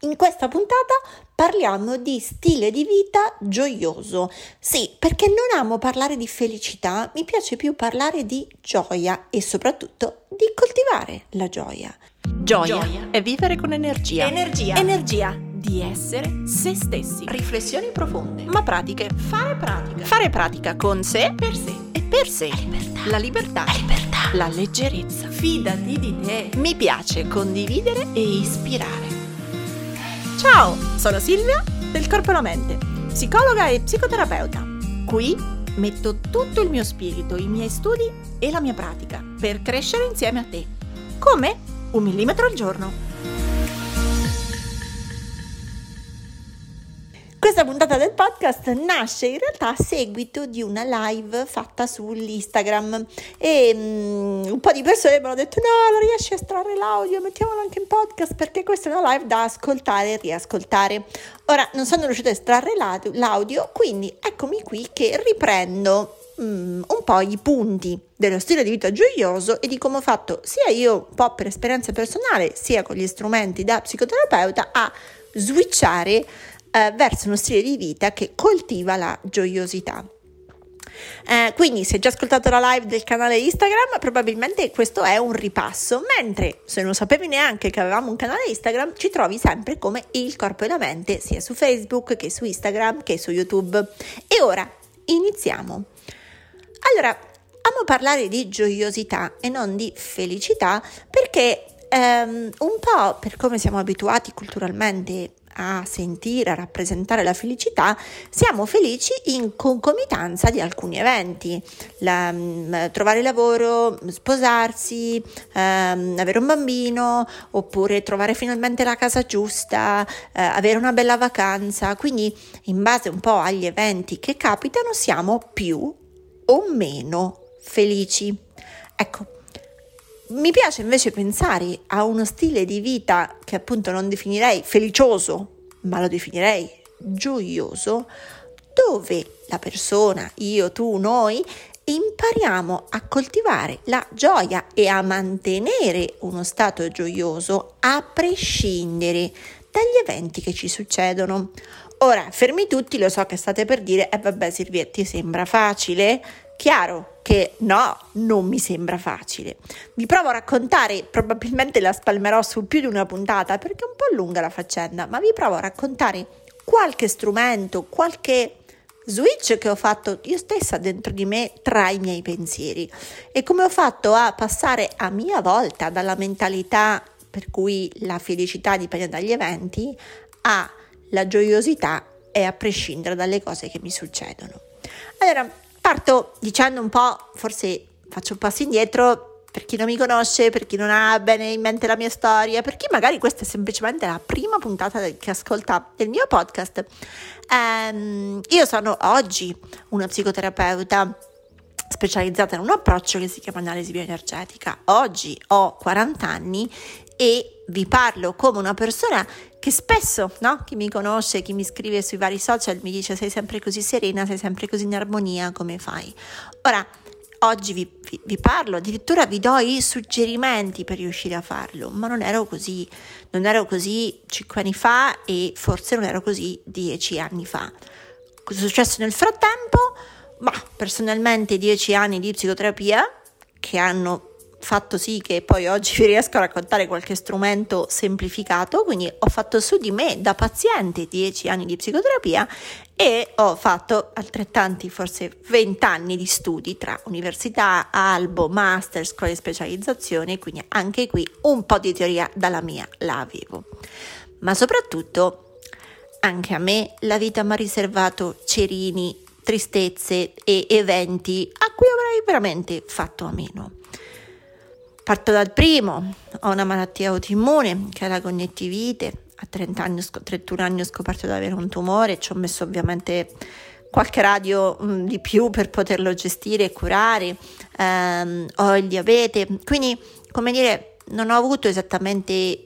In questa puntata parliamo di stile di vita gioioso. Sì, perché non amo parlare di felicità, mi piace più parlare di gioia e soprattutto di coltivare la gioia. Gioia è vivere con energia. Energia. Di essere se stessi. Riflessioni profonde. Ma pratiche. Fare pratica con sé, Per sé. e per sé. La libertà. La leggerezza. Fidati di te. Mi piace condividere e ispirare. Ciao, sono Silvia del Corpo e la Mente, psicologa e psicoterapeuta. Qui metto tutto il mio spirito, i miei studi e la mia pratica per crescere insieme a te. Come? 1 millimetro al giorno. Questa puntata del podcast nasce in realtà a seguito di una live fatta sull'Instagram e un po' di persone mi hanno detto no, non riesci a estrarre l'audio, mettiamolo anche in podcast perché questa è una live da ascoltare e riascoltare. Ora non sono riuscita a estrarre l'audio, quindi eccomi qui che riprendo un po' i punti dello stile di vita gioioso e di come ho fatto sia io un po' per esperienza personale sia con gli strumenti da psicoterapeuta a switchare verso uno stile di vita che coltiva la gioiosità. Quindi se hai già ascoltato la live del canale Instagram probabilmente questo è un ripasso, mentre se non sapevi neanche che avevamo un canale Instagram ci trovi sempre come Il Corpo e la Mente sia su Facebook che su Instagram che su YouTube. E ora iniziamo. Allora, amo parlare di gioiosità e non di felicità perché un po' per come siamo abituati culturalmente a sentire, a rappresentare la felicità, siamo felici in concomitanza di alcuni eventi, trovare lavoro, sposarsi, avere un bambino, oppure trovare finalmente la casa giusta, avere una bella vacanza. Quindi in base un po' agli eventi che capitano siamo più o meno felici. Ecco, mi piace invece pensare a uno stile di vita che appunto non definirei felicioso, ma lo definirei gioioso, dove la persona, io, tu, noi, impariamo a coltivare la gioia e a mantenere uno stato gioioso a prescindere dagli eventi che ci succedono. Ora, fermi tutti, lo so che state per dire, vabbè Silvia, ti sembra facile? Chiaro che no, non mi sembra facile. Vi provo a raccontare, probabilmente la spalmerò su più di una puntata perché è un po' lunga la faccenda, ma vi provo a raccontare qualche strumento, qualche switch che ho fatto io stessa dentro di me tra i miei pensieri e come ho fatto a passare a mia volta dalla mentalità per cui la felicità dipende dagli eventi alla gioiosità e a prescindere dalle cose che mi succedono. Allora, parto dicendo un po', forse faccio un passo indietro per chi non mi conosce, per chi non ha bene in mente la mia storia, per chi magari questa è semplicemente la prima puntata che ascolta del mio podcast. Io sono oggi una psicoterapeuta specializzata in un approccio che si chiama analisi bioenergetica. Oggi ho 40 anni e vi parlo come una persona che spesso, no? Chi mi conosce, chi mi scrive sui vari social mi dice sei sempre così serena, sei sempre così in armonia, come fai? Ora, oggi vi parlo, addirittura vi do i suggerimenti per riuscire a farlo, ma non ero così 5 anni fa e forse non ero così 10 anni fa. Cosa è successo nel frattempo? Ma personalmente 10 anni di psicoterapia che hanno fatto sì che poi oggi vi riesco a raccontare qualche strumento semplificato, quindi ho fatto su di me da paziente 10 anni di psicoterapia e ho fatto altrettanti, forse 20 anni di studi tra università, albo, master, scuole di specializzazione, quindi anche qui un po' di teoria dalla mia la avevo. Ma soprattutto anche a me la vita mi ha riservato cerini, tristezze e eventi a cui avrei veramente fatto a meno. Parto dal primo, ho una malattia autoimmune che è la connettivite, a 31 anni ho scoperto di avere un tumore, ci ho messo ovviamente qualche radio di più per poterlo gestire e curare, ho il diabete, quindi come dire non ho avuto esattamente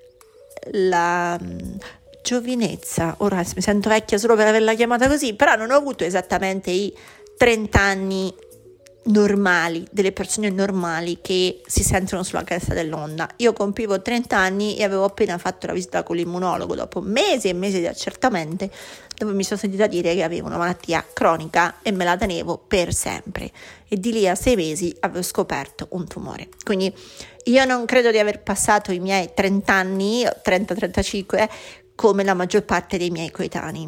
la giovinezza, ora mi sento vecchia solo per averla chiamata così, però non ho avuto esattamente i 30 anni normali, delle persone normali che si sentono sulla cresta dell'onda. Io compivo 30 anni e avevo appena fatto la visita con l'immunologo dopo mesi e mesi di accertamenti, dove mi sono sentita dire che avevo una malattia cronica e me la tenevo per sempre, e di lì a 6 mesi avevo scoperto un tumore. Quindi io non credo di aver passato i miei 30 anni, 30-35, come la maggior parte dei miei coetanei,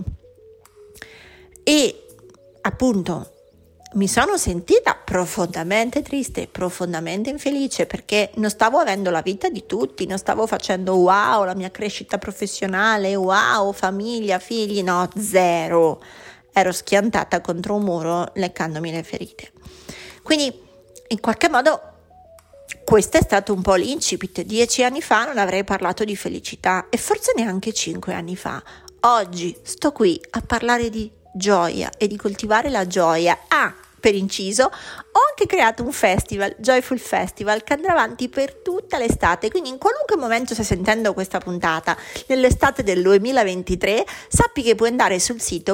e appunto mi sono sentita profondamente triste, profondamente infelice, perché non stavo avendo la vita di tutti, non stavo facendo wow la mia crescita professionale, wow famiglia, figli, no, zero. Ero schiantata contro un muro leccandomi le ferite. Quindi in qualche modo questo è stato un po' l'incipit. 10 anni fa non avrei parlato di felicità, e forse neanche 5 anni fa. Oggi sto qui a parlare di gioia e di coltivare la gioia. Per inciso, ho anche creato un festival, Joyful Festival, che andrà avanti per tutta l'estate, quindi in qualunque momento stai sentendo questa puntata, nell'estate del 2023, sappi che puoi andare sul sito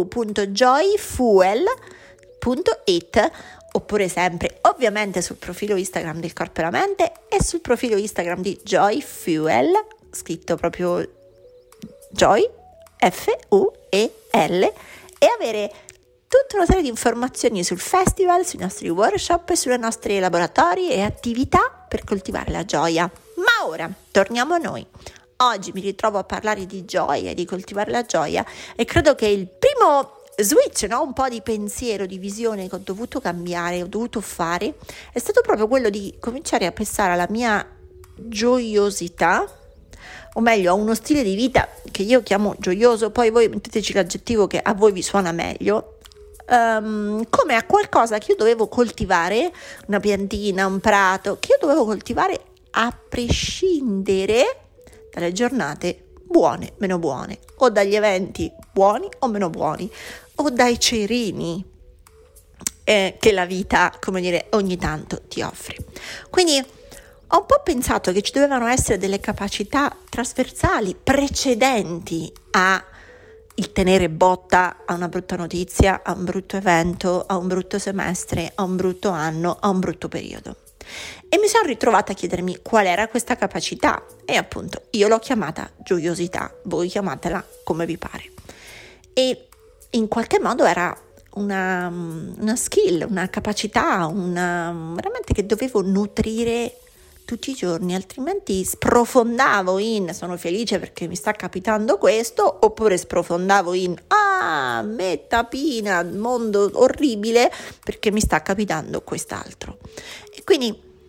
www.joyfuel.it, oppure sempre ovviamente sul profilo Instagram del Corpo e la Mente e sul profilo Instagram di Joyfuel, scritto proprio Joy, F-U-E-L, e avere tutta una serie di informazioni sul festival, sui nostri workshop e sui nostri laboratori e attività per coltivare la gioia. Ma ora torniamo a noi. Oggi mi ritrovo a parlare di gioia e di coltivare la gioia, e credo che il primo switch, un po' di pensiero, di visione che ho dovuto cambiare, ho dovuto fare, è stato proprio quello di cominciare a pensare alla mia gioiosità, o meglio a uno stile di vita che io chiamo gioioso, poi voi metteteci l'aggettivo che a voi vi suona meglio, come a qualcosa che io dovevo coltivare, una piantina, un prato, che io dovevo coltivare a prescindere dalle giornate buone, meno buone, o dagli eventi buoni o meno buoni, o dai cerini che la vita, ogni tanto ti offre. Quindi ho un po' pensato che ci dovevano essere delle capacità trasversali precedenti a il tenere botta a una brutta notizia, a un brutto evento, a un brutto semestre, a un brutto anno, a un brutto periodo. E mi sono ritrovata a chiedermi qual era questa capacità, e appunto io l'ho chiamata gioiosità, voi chiamatela come vi pare. E in qualche modo era una skill, una capacità, veramente che dovevo nutrire tutti i giorni, altrimenti sprofondavo in sono felice perché mi sta capitando questo, oppure sprofondavo in me tapina, mondo orribile perché mi sta capitando quest'altro. E quindi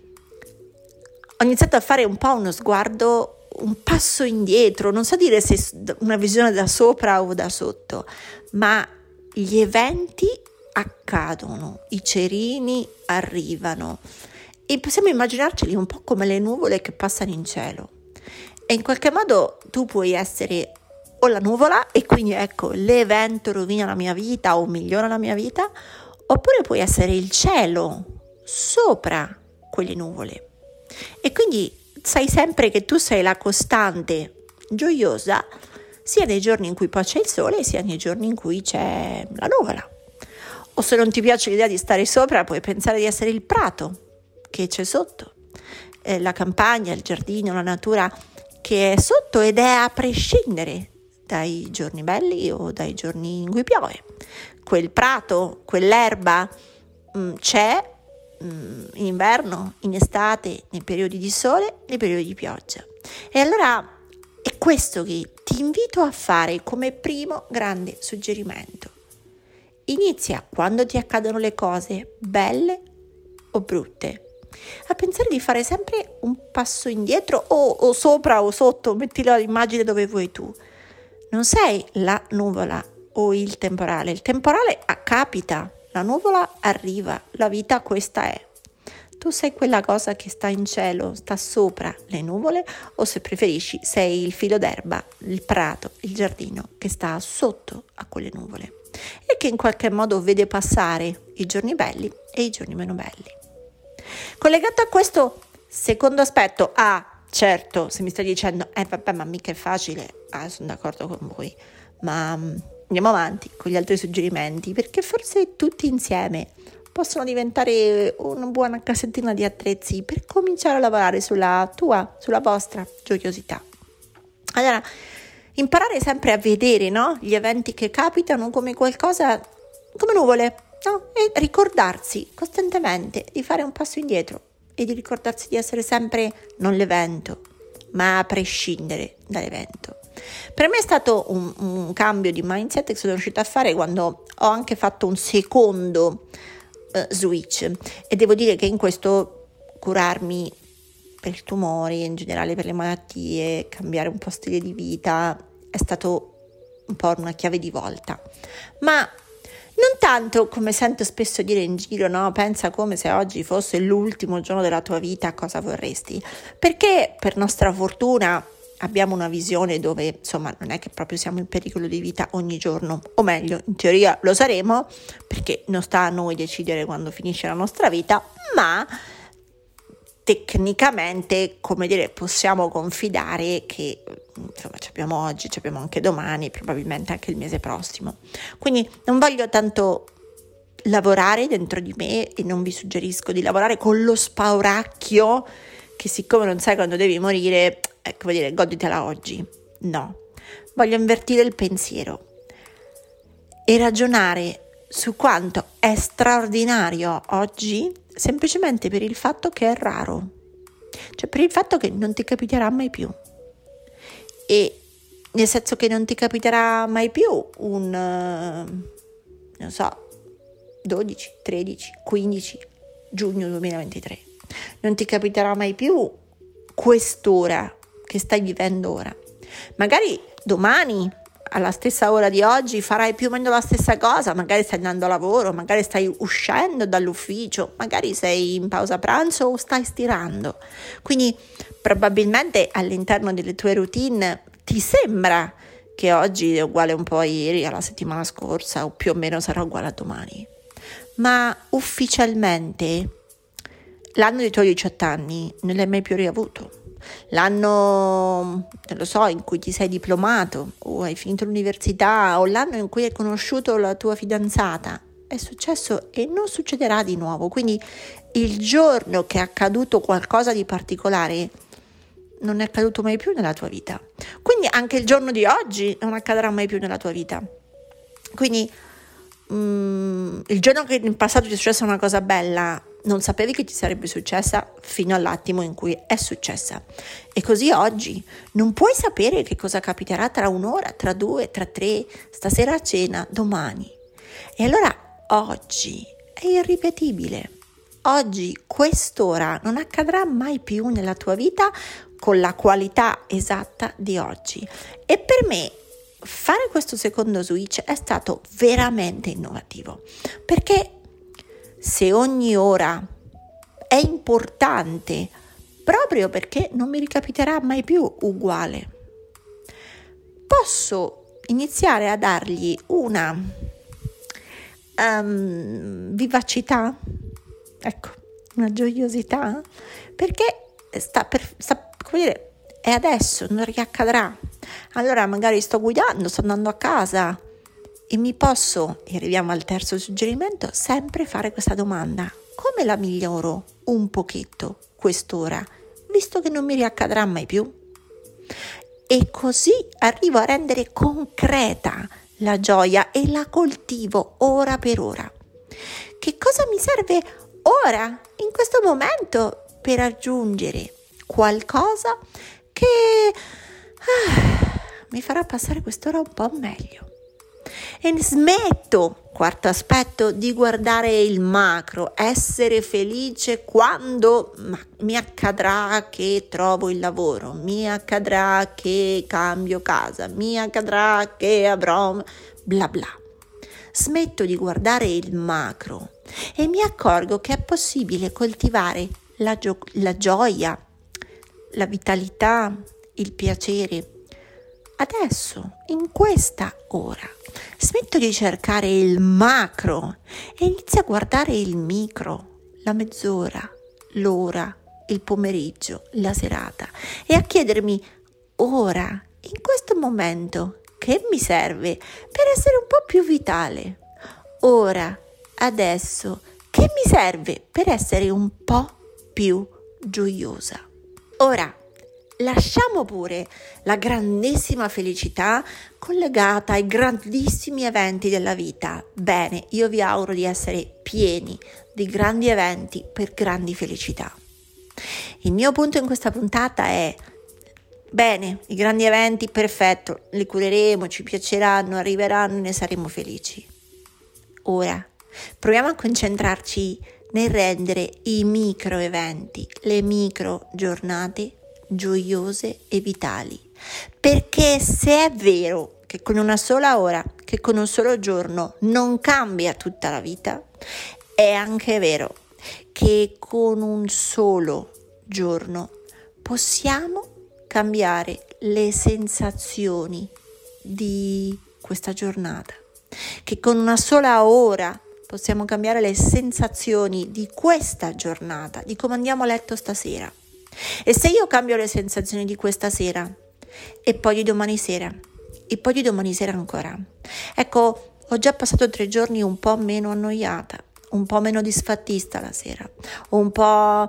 ho iniziato a fare un po' uno sguardo, un passo indietro, non so dire se una visione da sopra o da sotto, ma gli eventi accadono, i cerini arrivano, e possiamo immaginarceli un po' come le nuvole che passano in cielo, e in qualche modo tu puoi essere o la nuvola, e quindi ecco l'evento rovina la mia vita o migliora la mia vita, oppure puoi essere il cielo sopra quelle nuvole, e quindi sai sempre che tu sei la costante gioiosa, sia nei giorni in cui poi c'è il sole, sia nei giorni in cui c'è la nuvola. O se non ti piace l'idea di stare sopra, puoi pensare di essere il prato che c'è sotto, la campagna, il giardino, la natura che è sotto ed è a prescindere dai giorni belli o dai giorni in cui piove. Quel prato, quell'erba c'è in inverno, in estate, nei periodi di sole, nei periodi di pioggia. E allora è questo che ti invito a fare come primo grande suggerimento. Inizia, quando ti accadono le cose belle o brutte, a pensare di fare sempre un passo indietro o sopra o sotto, metti l'immagine dove vuoi tu. Non sei la nuvola o il temporale capita, la nuvola arriva, la vita questa è. Tu sei quella cosa che sta in cielo, sta sopra le nuvole, o se preferisci sei il filo d'erba, il prato, il giardino che sta sotto a quelle nuvole e che in qualche modo vede passare i giorni belli e i giorni meno belli. Collegato a questo secondo aspetto, certo, se mi stai dicendo vabbè, ma mica è facile, sono d'accordo con voi, ma andiamo avanti con gli altri suggerimenti, perché forse tutti insieme possono diventare una buona cassettina di attrezzi per cominciare a lavorare sulla vostra gioiosità. Allora, imparare sempre a vedere, no, gli eventi che capitano come qualcosa, come nuvole, no? E ricordarsi costantemente di fare un passo indietro e di ricordarsi di essere sempre non l'evento, ma a prescindere dall'evento. Per me è stato un cambio di mindset che sono riuscita a fare quando ho anche fatto un secondo switch, e devo dire che in questo curarmi per i tumori, in generale per le malattie, cambiare un po' stile di vita è stato un po' una chiave di volta, ma non tanto come sento spesso dire in giro, no? Pensa come se oggi fosse l'ultimo giorno della tua vita, cosa vorresti? Perché per nostra fortuna abbiamo una visione dove, insomma, non è che proprio siamo in pericolo di vita ogni giorno, o meglio, in teoria lo saremo, perché non sta a noi decidere quando finisce la nostra vita, ma tecnicamente, come dire, possiamo confidare che, insomma, ci abbiamo oggi, ci abbiamo anche domani, probabilmente anche il mese prossimo. Quindi non voglio tanto lavorare dentro di me, e non vi suggerisco di lavorare con lo spauracchio che, siccome non sai quando devi morire, come dire, goditela oggi. No, voglio invertire il pensiero e ragionare su quanto è straordinario oggi, semplicemente per il fatto che è raro, cioè per il fatto che non ti capiterà mai più, e nel senso che non ti capiterà mai più non so, 12, 13, 15 giugno 2023, non ti capiterà mai più quest'ora che stai vivendo ora. Magari domani alla stessa ora di oggi farai più o meno la stessa cosa, magari stai andando a lavoro, magari stai uscendo dall'ufficio, magari sei in pausa pranzo o stai stirando. Quindi probabilmente all'interno delle tue routine ti sembra che oggi è uguale un po' a ieri, alla settimana scorsa, o più o meno sarà uguale a domani. Ma ufficialmente l'anno dei tuoi 18 anni non l'hai mai più riavuto. L'anno, non lo so, in cui ti sei diplomato o hai finito l'università, o l'anno in cui hai conosciuto la tua fidanzata, è successo e non succederà di nuovo. Quindi il giorno che è accaduto qualcosa di particolare non è accaduto mai più nella tua vita. Quindi anche il giorno di oggi non accadrà mai più nella tua vita. Quindi il giorno che in passato ti è successa una cosa bella, non sapevi che ti sarebbe successa fino all'attimo in cui è successa. E così oggi non puoi sapere che cosa capiterà tra un'ora, tra 2, tra 3, stasera a cena, domani. E allora oggi è irripetibile. Oggi, quest'ora, non accadrà mai più nella tua vita con la qualità esatta di oggi. E per me fare questo secondo switch è stato veramente innovativo, perché se ogni ora è importante proprio perché non mi ricapiterà mai più uguale, posso iniziare a dargli una vivacità, ecco, una gioiosità, perché come dire, è adesso, non riaccadrà. Allora magari sto guidando, sto andando a casa e mi posso, e arriviamo al terzo suggerimento, sempre fare questa domanda: come la miglioro un pochetto quest'ora, visto che non mi riaccadrà mai più? E così arrivo a rendere concreta la gioia e la coltivo ora per ora. Che cosa mi serve ora, in questo momento, per raggiungere qualcosa che mi farà passare quest'ora un po' meglio? E smetto, quarto aspetto, di guardare il macro, essere felice quando mi accadrà che trovo il lavoro, mi accadrà che cambio casa, mi accadrà che avrò bla bla. Smetto di guardare il macro e mi accorgo che è possibile coltivare la gioia, la vitalità, il piacere adesso, in questa ora. Smetto di cercare il macro e inizio a guardare il micro, la mezz'ora, l'ora, il pomeriggio, la serata, e a chiedermi ora, in questo momento, che mi serve per essere un po' più vitale. Ora, adesso, che mi serve per essere un po' più gioiosa. Ora, lasciamo pure la grandissima felicità collegata ai grandissimi eventi della vita. Bene, io vi auguro di essere pieni di grandi eventi per grandi felicità. Il mio punto in questa puntata è: bene, i grandi eventi, perfetto, li cureremo, ci piaceranno, arriveranno, ne saremo felici. Ora, proviamo a concentrarci nel rendere i micro eventi, le micro giornate gioiose e vitali. Perché se è vero che con una sola ora, che con un solo giorno non cambia tutta la vita, è anche vero che con un solo giorno possiamo cambiare le sensazioni di questa giornata, che con una sola ora possiamo cambiare le sensazioni di questa giornata, di come andiamo a letto stasera. E se io cambio le sensazioni di questa sera e poi di domani sera e poi di domani sera ancora, ecco, ho già passato 3 giorni un po' meno annoiata, un po' meno disfattista la sera, un po'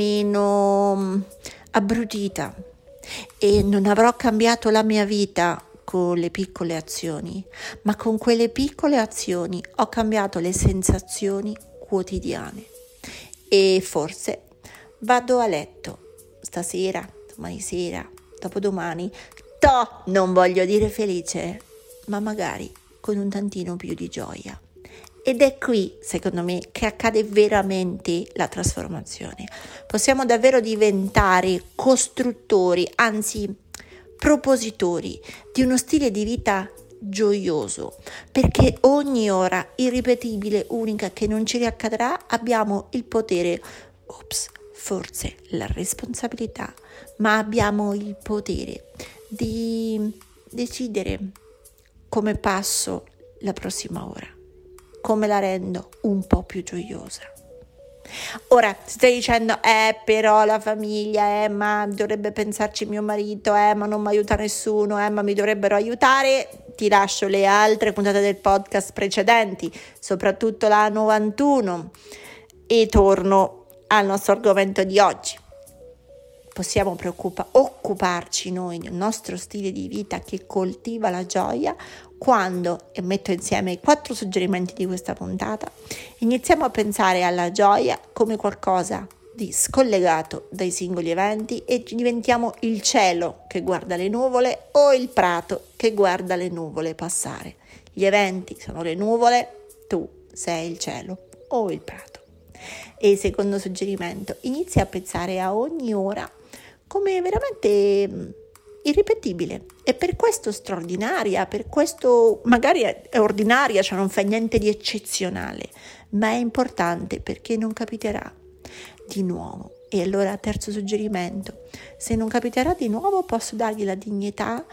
meno abbrutita, e non avrò cambiato la mia vita con le piccole azioni, ma con quelle piccole azioni ho cambiato le sensazioni quotidiane. E forse vado a letto stasera, domani sera, dopodomani, non voglio dire felice, ma magari con un tantino più di gioia. Ed è qui, secondo me, che accade veramente la trasformazione. Possiamo davvero diventare costruttori, anzi propositori di uno stile di vita gioioso, perché ogni ora irripetibile, unica, che non ci riaccadrà, abbiamo il potere, forse la responsabilità, ma abbiamo il potere di decidere come passo la prossima ora, come la rendo un po' più gioiosa. Ora stai dicendo però la famiglia, ma dovrebbe pensarci mio marito, ma non mi aiuta nessuno, ma mi dovrebbero aiutare. Ti lascio le altre puntate del podcast precedenti, soprattutto la 91, e torno al nostro argomento di oggi. Possiamo occuparci noi del nostro stile di vita che coltiva la gioia quando, e metto insieme i 4 suggerimenti di questa puntata, iniziamo a pensare alla gioia come qualcosa di scollegato dai singoli eventi e diventiamo il cielo che guarda le nuvole o il prato che guarda le nuvole passare. Gli eventi sono le nuvole, tu sei il cielo o il prato. E il secondo suggerimento: inizia a pensare a ogni ora come veramente irripetibile, e per questo straordinaria, per questo magari è ordinaria, cioè non fa niente di eccezionale, ma è importante perché non capiterà di nuovo. E allora, terzo suggerimento: se non capiterà di nuovo, posso dargli la dignità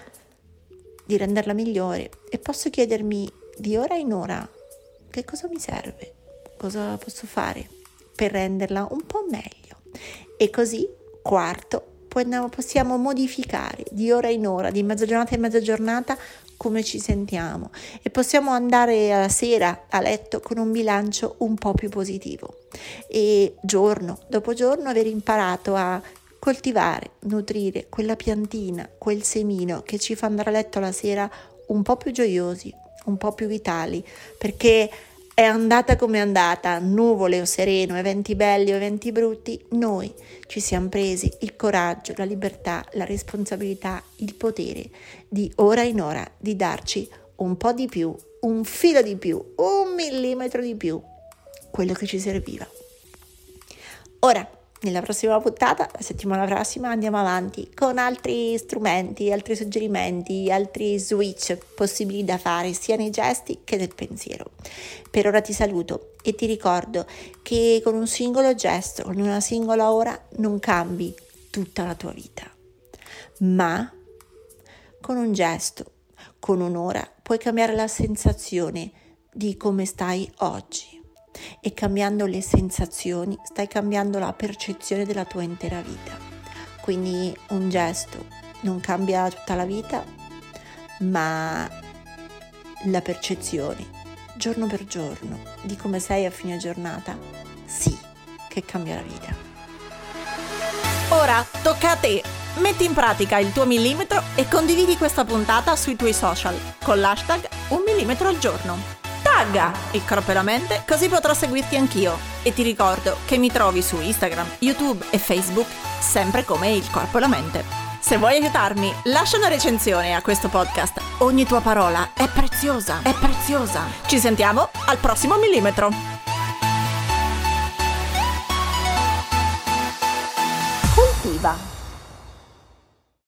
di renderla migliore e posso chiedermi di ora in ora che cosa mi serve, cosa posso fare per renderla un po' meglio. E così, quarto, possiamo modificare di ora in ora, di mezza giornata in mezza giornata, come ci sentiamo, e possiamo andare alla sera a letto con un bilancio un po' più positivo e giorno dopo giorno aver imparato a coltivare, nutrire quella piantina, quel semino che ci fa andare a letto la sera un po' più gioiosi, un po' più vitali, perché è andata come è andata, nuvole o sereno, eventi belli o eventi brutti, noi ci siamo presi il coraggio, la libertà, la responsabilità, il potere di ora in ora di darci un po' di più, un filo di più, 1 millimetro di più, quello che ci serviva. Ora, nella prossima puntata, la settimana prossima, andiamo avanti con altri strumenti, altri suggerimenti, altri switch possibili da fare sia nei gesti che nel pensiero. Per ora ti saluto e ti ricordo che con un singolo gesto, con una singola ora, non cambi tutta la tua vita, ma con un gesto, con un'ora, puoi cambiare la sensazione di come stai oggi. E cambiando le sensazioni stai cambiando la percezione della tua intera vita. Quindi un gesto non cambia tutta la vita, ma la percezione giorno per giorno, di come sei a fine giornata, sì che cambia la vita. Ora tocca a te. Metti in pratica il tuo millimetro e condividi questa puntata sui tuoi social con l'hashtag 1 millimetro al giorno. Tagga il corpo e la mente, così potrò seguirti anch'io. E ti ricordo che mi trovi su Instagram, YouTube e Facebook sempre come il corpo e la mente. Se vuoi aiutarmi, lascia una recensione a questo podcast. Ogni tua parola è preziosa, è preziosa. Ci sentiamo al prossimo millimetro. Coltiva.